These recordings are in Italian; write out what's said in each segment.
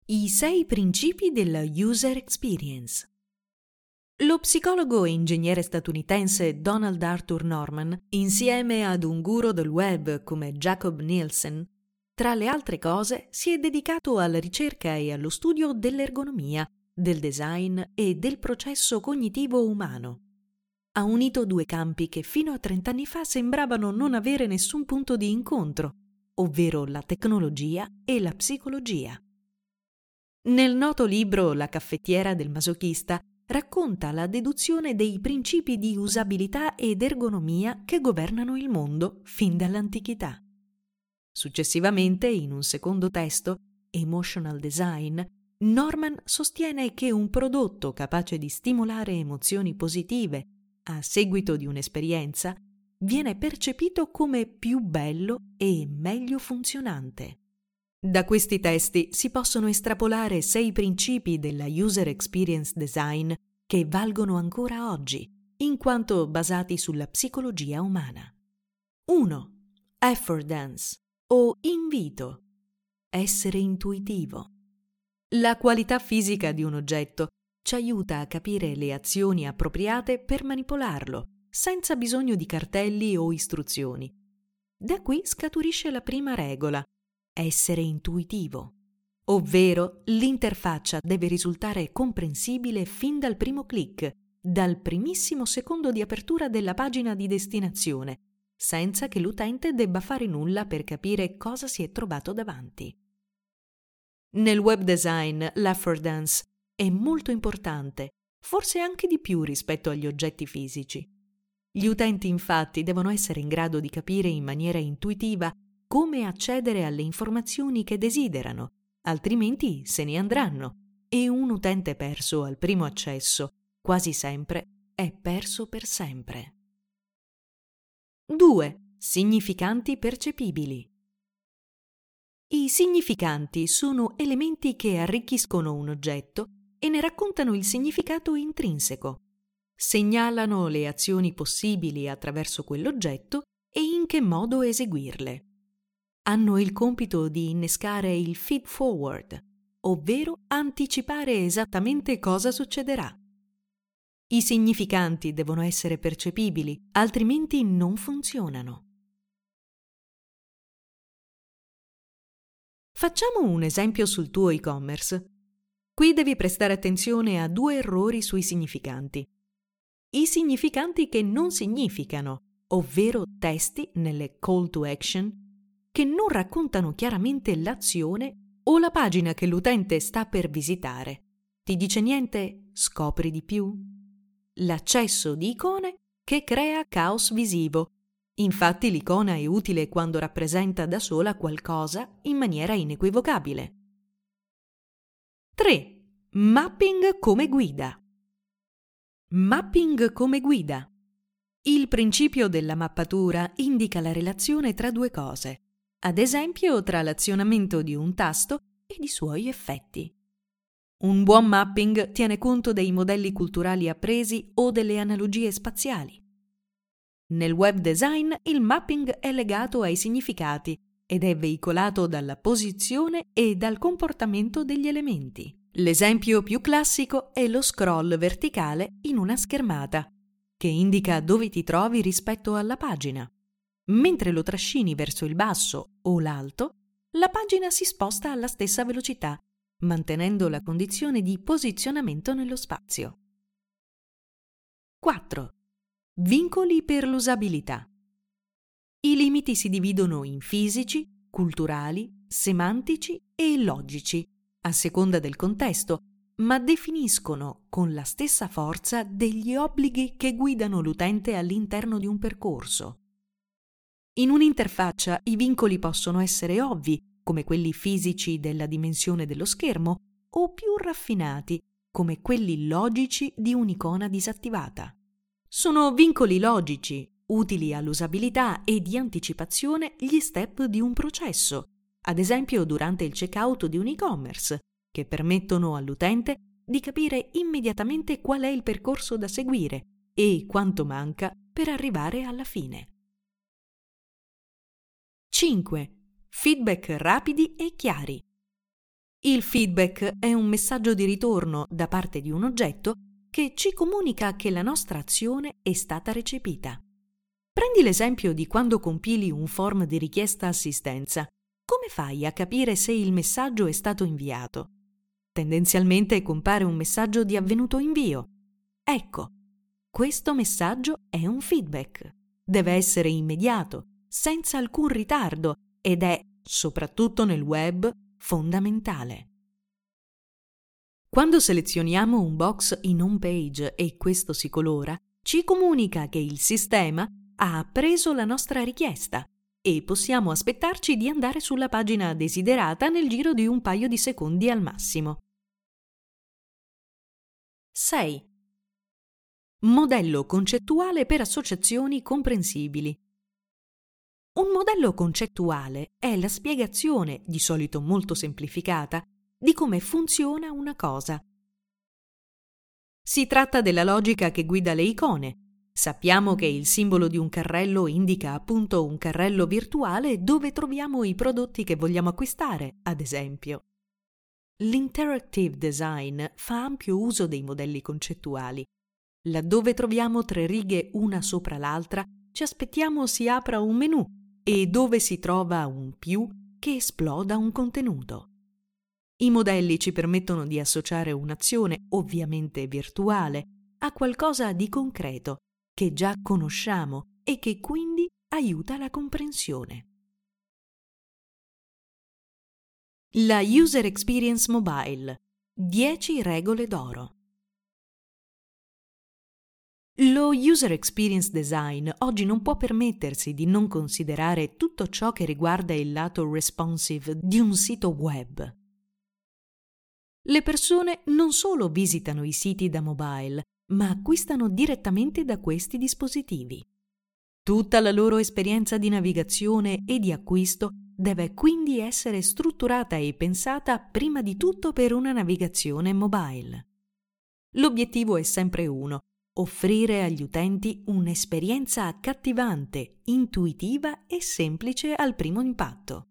I 6 principi della User Experience. Lo psicologo e ingegnere statunitense Donald Arthur Norman, insieme ad un guru del web come Jacob Nielsen, tra le altre cose si è dedicato alla ricerca e allo studio dell'ergonomia, del design e del processo cognitivo umano. Ha unito 2 campi che fino a 30 anni fa sembravano non avere nessun punto di incontro, ovvero la tecnologia e la psicologia. Nel noto libro La caffettiera del masochista racconta la deduzione dei principi di usabilità ed ergonomia che governano il mondo fin dall'antichità. Successivamente, in un secondo testo, Emotional Design, Norman sostiene che un prodotto capace di stimolare emozioni positive a seguito di un'esperienza viene percepito come più bello e meglio funzionante. Da questi testi si possono estrapolare 6 principi della User Experience Design che valgono ancora oggi, in quanto basati sulla psicologia umana. 1. Affordance o invito. Essere intuitivo. La qualità fisica di un oggetto ci aiuta a capire le azioni appropriate per manipolarlo, senza bisogno di cartelli o istruzioni. Da qui scaturisce la prima regola: essere intuitivo, ovvero l'interfaccia deve risultare comprensibile fin dal primo click, dal primissimo secondo di apertura della pagina di destinazione, senza che l'utente debba fare nulla per capire cosa si è trovato davanti. Nel web design l'affordance è molto importante, forse anche di più rispetto agli oggetti fisici. Gli utenti infatti devono essere in grado di capire in maniera intuitiva come accedere alle informazioni che desiderano, altrimenti se ne andranno e un utente perso al primo accesso, quasi sempre, è perso per sempre. 2. Significanti percepibili. I significanti sono elementi che arricchiscono un oggetto e ne raccontano il significato intrinseco. Segnalano le azioni possibili attraverso quell'oggetto e in che modo eseguirle. Hanno il compito di innescare il feed forward, ovvero anticipare esattamente cosa succederà. I significanti devono essere percepibili, altrimenti non funzionano. Facciamo un esempio sul tuo e-commerce. Qui devi prestare attenzione a 2 errori sui significanti. I significanti che non significano, ovvero testi nelle call to action, che non raccontano chiaramente l'azione o la pagina che l'utente sta per visitare. Ti dice niente? Scopri di più. L'accesso di icone che crea caos visivo. Infatti l'icona è utile quando rappresenta da sola qualcosa in maniera inequivocabile. 3. Mapping come guida. Mapping come guida. Il principio della mappatura indica la relazione tra 2 cose, ad esempio tra l'azionamento di un tasto ed i suoi effetti. Un buon mapping tiene conto dei modelli culturali appresi o delle analogie spaziali. Nel web design il mapping è legato ai significati ed è veicolato dalla posizione e dal comportamento degli elementi. L'esempio più classico è lo scroll verticale in una schermata, che indica dove ti trovi rispetto alla pagina. Mentre lo trascini verso il basso o l'alto, la pagina si sposta alla stessa velocità, mantenendo la condizione di posizionamento nello spazio. 4. Vincoli per l'usabilità. I limiti si dividono in fisici, culturali, semantici e logici, a seconda del contesto, ma definiscono con la stessa forza degli obblighi che guidano l'utente all'interno di un percorso. In un'interfaccia i vincoli possono essere ovvi, come quelli fisici della dimensione dello schermo, o più raffinati, come quelli logici di un'icona disattivata. Sono vincoli logici, utili all'usabilità e di anticipazione gli step di un processo, ad esempio durante il checkout di un e-commerce, che permettono all'utente di capire immediatamente qual è il percorso da seguire e quanto manca per arrivare alla fine. 5. Feedback rapidi e chiari. Il feedback è un messaggio di ritorno da parte di un oggetto che ci comunica che la nostra azione è stata recepita. Prendi l'esempio di quando compili un form di richiesta assistenza. Come fai a capire se il messaggio è stato inviato? Tendenzialmente compare un messaggio di avvenuto invio. Ecco, questo messaggio è un feedback. Deve essere immediato, senza alcun ritardo, ed è, soprattutto nel web, fondamentale. Quando selezioniamo un box in home page e questo si colora, ci comunica che il sistema ha appreso la nostra richiesta e possiamo aspettarci di andare sulla pagina desiderata nel giro di un paio di secondi al massimo. 6. Modello concettuale per associazioni comprensibili. Un modello concettuale è la spiegazione, di solito molto semplificata, di come funziona una cosa. Si tratta della logica che guida le icone. Sappiamo che il simbolo di un carrello indica appunto un carrello virtuale dove troviamo i prodotti che vogliamo acquistare, ad esempio. L'interactive design fa ampio uso dei modelli concettuali. Laddove troviamo 3 righe una sopra l'altra, ci aspettiamo si apra un menu e dove si trova un più che esploda un contenuto. I modelli ci permettono di associare un'azione, ovviamente virtuale, a qualcosa di concreto che già conosciamo e che quindi aiuta la comprensione. La User Experience Mobile. 10 regole d'oro. Lo User Experience Design oggi non può permettersi di non considerare tutto ciò che riguarda il lato responsive di un sito web. Le persone non solo visitano i siti da mobile, ma acquistano direttamente da questi dispositivi. Tutta la loro esperienza di navigazione e di acquisto deve quindi essere strutturata e pensata prima di tutto per una navigazione mobile. L'obiettivo è sempre uno: offrire agli utenti un'esperienza accattivante, intuitiva e semplice al primo impatto.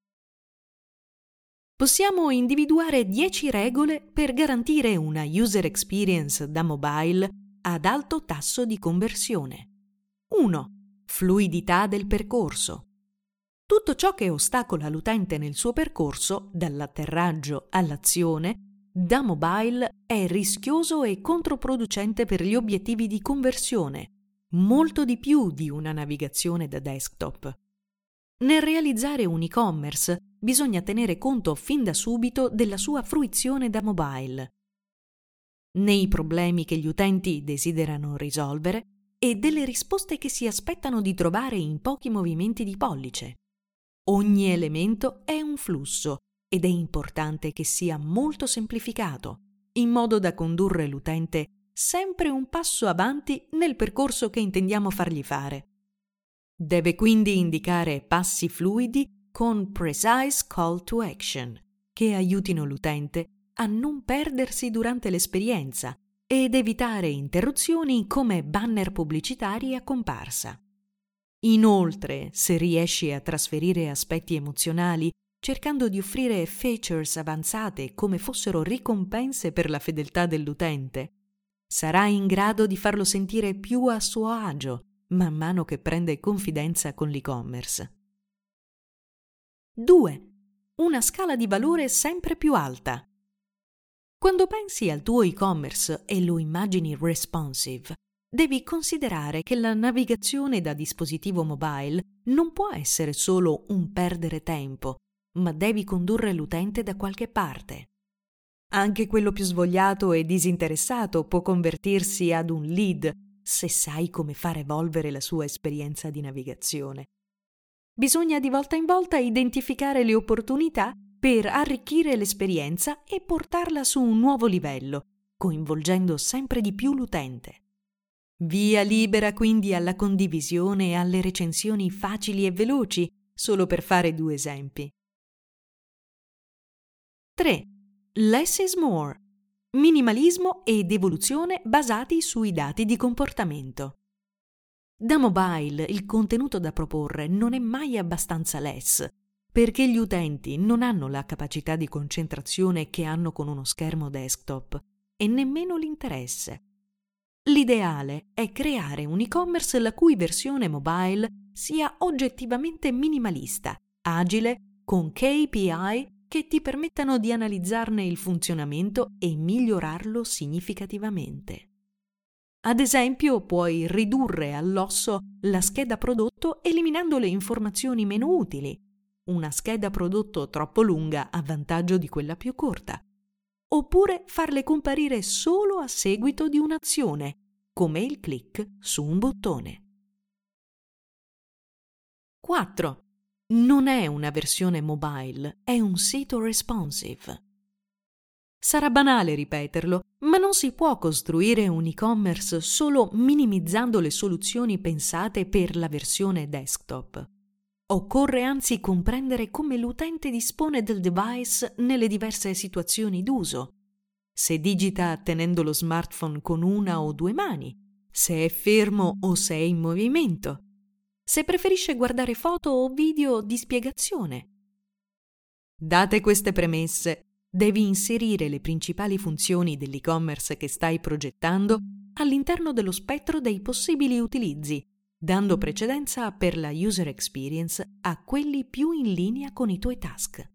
Possiamo individuare 10 regole per garantire una user experience da mobile ad alto tasso di conversione. 1. Fluidità del percorso. Tutto ciò che ostacola l'utente nel suo percorso, dall'atterraggio all'azione, da mobile è rischioso e controproducente per gli obiettivi di conversione, molto di più di una navigazione da desktop. Nel realizzare un e-commerce bisogna tenere conto fin da subito della sua fruizione da mobile, nei problemi che gli utenti desiderano risolvere e delle risposte che si aspettano di trovare in pochi movimenti di pollice. Ogni elemento è un flusso ed è importante che sia molto semplificato, in modo da condurre l'utente sempre un passo avanti nel percorso che intendiamo fargli fare. Deve quindi indicare passi fluidi con precise call to action, che aiutino l'utente a non perdersi durante l'esperienza ed evitare interruzioni come banner pubblicitari a comparsa. Inoltre, se riesci a trasferire aspetti emozionali cercando di offrire features avanzate come fossero ricompense per la fedeltà dell'utente, sarai in grado di farlo sentire più a suo agio man mano che prende confidenza con l'e-commerce. 2. Una scala di valore sempre più alta. Quando pensi al tuo e-commerce e lo immagini responsive, devi considerare che la navigazione da dispositivo mobile non può essere solo un perdere tempo, ma devi condurre l'utente da qualche parte. Anche quello più svogliato e disinteressato può convertirsi ad un lead se sai come far evolvere la sua esperienza di navigazione. Bisogna di volta in volta identificare le opportunità per arricchire l'esperienza e portarla su un nuovo livello, coinvolgendo sempre di più l'utente. Via libera quindi alla condivisione e alle recensioni facili e veloci, solo per fare 2 esempi. 3. Less is more. Minimalismo ed evoluzione basati sui dati di comportamento. Da mobile il contenuto da proporre non è mai abbastanza less. perché gli utenti non hanno la capacità di concentrazione che hanno con uno schermo desktop e nemmeno l'interesse. L'ideale è creare un e-commerce la cui versione mobile sia oggettivamente minimalista, agile, con KPI che ti permettano di analizzarne il funzionamento e migliorarlo significativamente. Ad esempio, puoi ridurre all'osso la scheda prodotto eliminando le informazioni meno utili, una scheda prodotto troppo lunga a vantaggio di quella più corta, oppure farle comparire solo a seguito di un'azione, come il click su un bottone. 4. Non è una versione mobile, è un sito responsive. Sarà banale ripeterlo, ma non si può costruire un e-commerce solo minimizzando le soluzioni pensate per la versione desktop. Occorre anzi comprendere come l'utente dispone del device nelle diverse situazioni d'uso. Se digita tenendo lo smartphone con una o due mani, se è fermo o se è in movimento, se preferisce guardare foto o video di spiegazione. Date queste premesse, devi inserire le principali funzioni dell'e-commerce che stai progettando all'interno dello spettro dei possibili utilizzi, dando precedenza per la user experience a quelli più in linea con i tuoi task.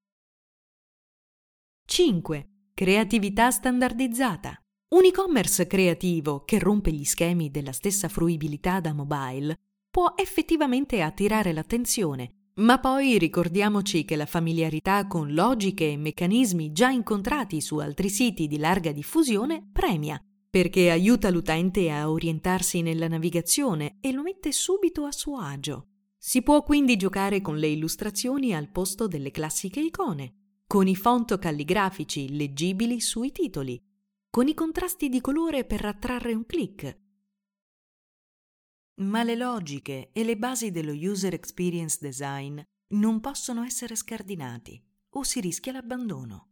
5. Creatività standardizzata. Un e-commerce creativo che rompe gli schemi della stessa fruibilità da mobile può effettivamente attirare l'attenzione, ma poi ricordiamoci che la familiarità con logiche e meccanismi già incontrati su altri siti di larga diffusione premia, perché aiuta l'utente a orientarsi nella navigazione e lo mette subito a suo agio. Si può quindi giocare con le illustrazioni al posto delle classiche icone, con i font calligrafici leggibili sui titoli, con i contrasti di colore per attrarre un click. Ma le logiche e le basi dello user experience design non possono essere scardinati o si rischia l'abbandono.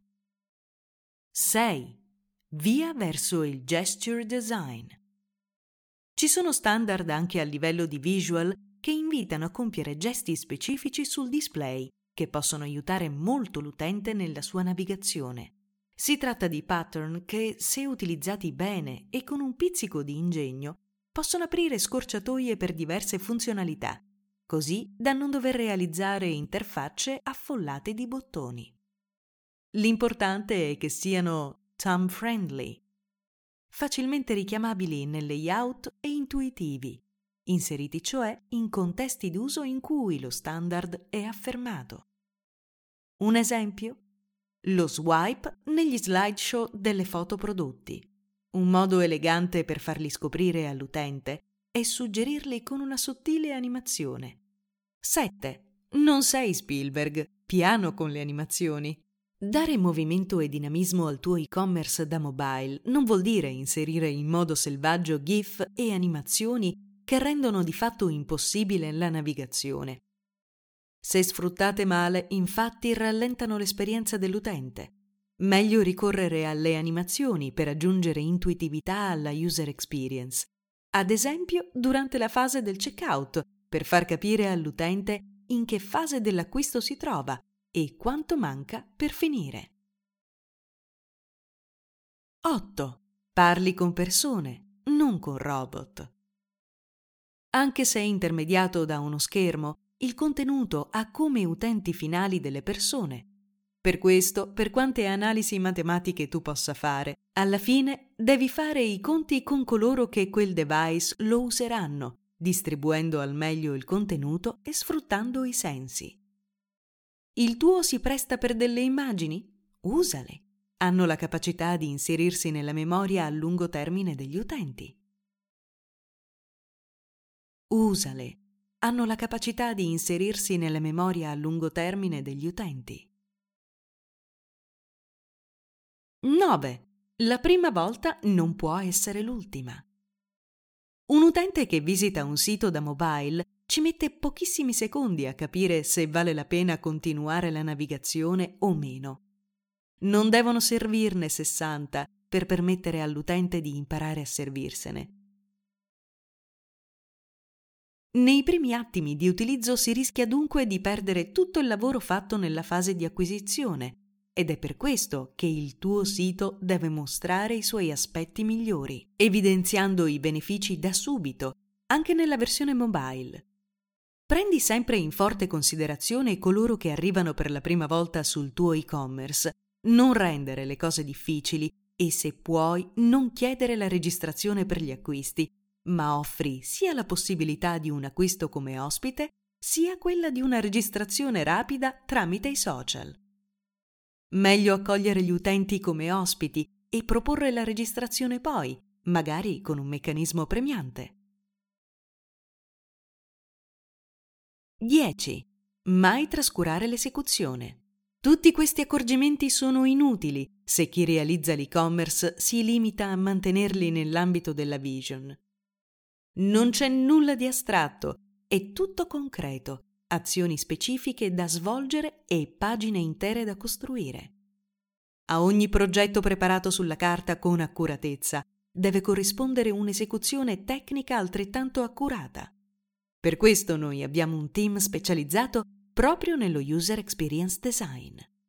6. Via verso il gesture design. Ci sono standard anche a livello di visual che invitano a compiere gesti specifici sul display che possono aiutare molto l'utente nella sua navigazione. Si tratta di pattern che, se utilizzati bene e con un pizzico di ingegno, possono aprire scorciatoie per diverse funzionalità, così da non dover realizzare interfacce affollate di bottoni. L'importante è che siano thumb-friendly, facilmente richiamabili nel layout e intuitivi, inseriti cioè in contesti d'uso in cui lo standard è affermato. Un esempio? Lo swipe negli slideshow delle foto prodotti. Un modo elegante per farli scoprire all'utente è suggerirli con una sottile animazione. 7. Non sei Spielberg, piano con le animazioni. Dare movimento e dinamismo al tuo e-commerce da mobile non vuol dire inserire in modo selvaggio GIF e animazioni che rendono di fatto impossibile la navigazione. Se sfruttate male, infatti, rallentano l'esperienza dell'utente. Meglio ricorrere alle animazioni per aggiungere intuitività alla user experience, ad esempio durante la fase del checkout, per far capire all'utente in che fase dell'acquisto si trova e quanto manca per finire. 8. Parli con persone, non con robot. Anche se è intermediato da uno schermo, il contenuto ha come utenti finali delle persone. Per questo, per quante analisi matematiche tu possa fare, alla fine devi fare i conti con coloro che quel device lo useranno, distribuendo al meglio il contenuto e sfruttando i sensi. Il tuo si presta per delle immagini? Usale. Hanno la capacità di inserirsi nella memoria a lungo termine degli utenti. Usale. Hanno la capacità di inserirsi nella memoria a lungo termine degli utenti. 9. La prima volta non può essere l'ultima. Un utente che visita un sito da mobile ci mette pochissimi secondi a capire se vale la pena continuare la navigazione o meno. Non devono servirne 60 per permettere all'utente di imparare a servirsene. Nei primi attimi di utilizzo si rischia dunque di perdere tutto il lavoro fatto nella fase di acquisizione, ed è per questo che il tuo sito deve mostrare i suoi aspetti migliori, evidenziando i benefici da subito, anche nella versione mobile. Prendi sempre in forte considerazione coloro che arrivano per la prima volta sul tuo e-commerce. Non rendere le cose difficili e, se puoi, non chiedere la registrazione per gli acquisti, ma offri sia la possibilità di un acquisto come ospite, sia quella di una registrazione rapida tramite i social. Meglio accogliere gli utenti come ospiti e proporre la registrazione poi, magari con un meccanismo premiante. 10. Mai trascurare l'esecuzione. Tutti questi accorgimenti sono inutili se chi realizza l'e-commerce si limita a mantenerli nell'ambito della vision. Non c'è nulla di astratto, è tutto concreto, azioni specifiche da svolgere e pagine intere da costruire. A ogni progetto preparato sulla carta con accuratezza deve corrispondere un'esecuzione tecnica altrettanto accurata. Per questo noi abbiamo un team specializzato proprio nello User Experience Design.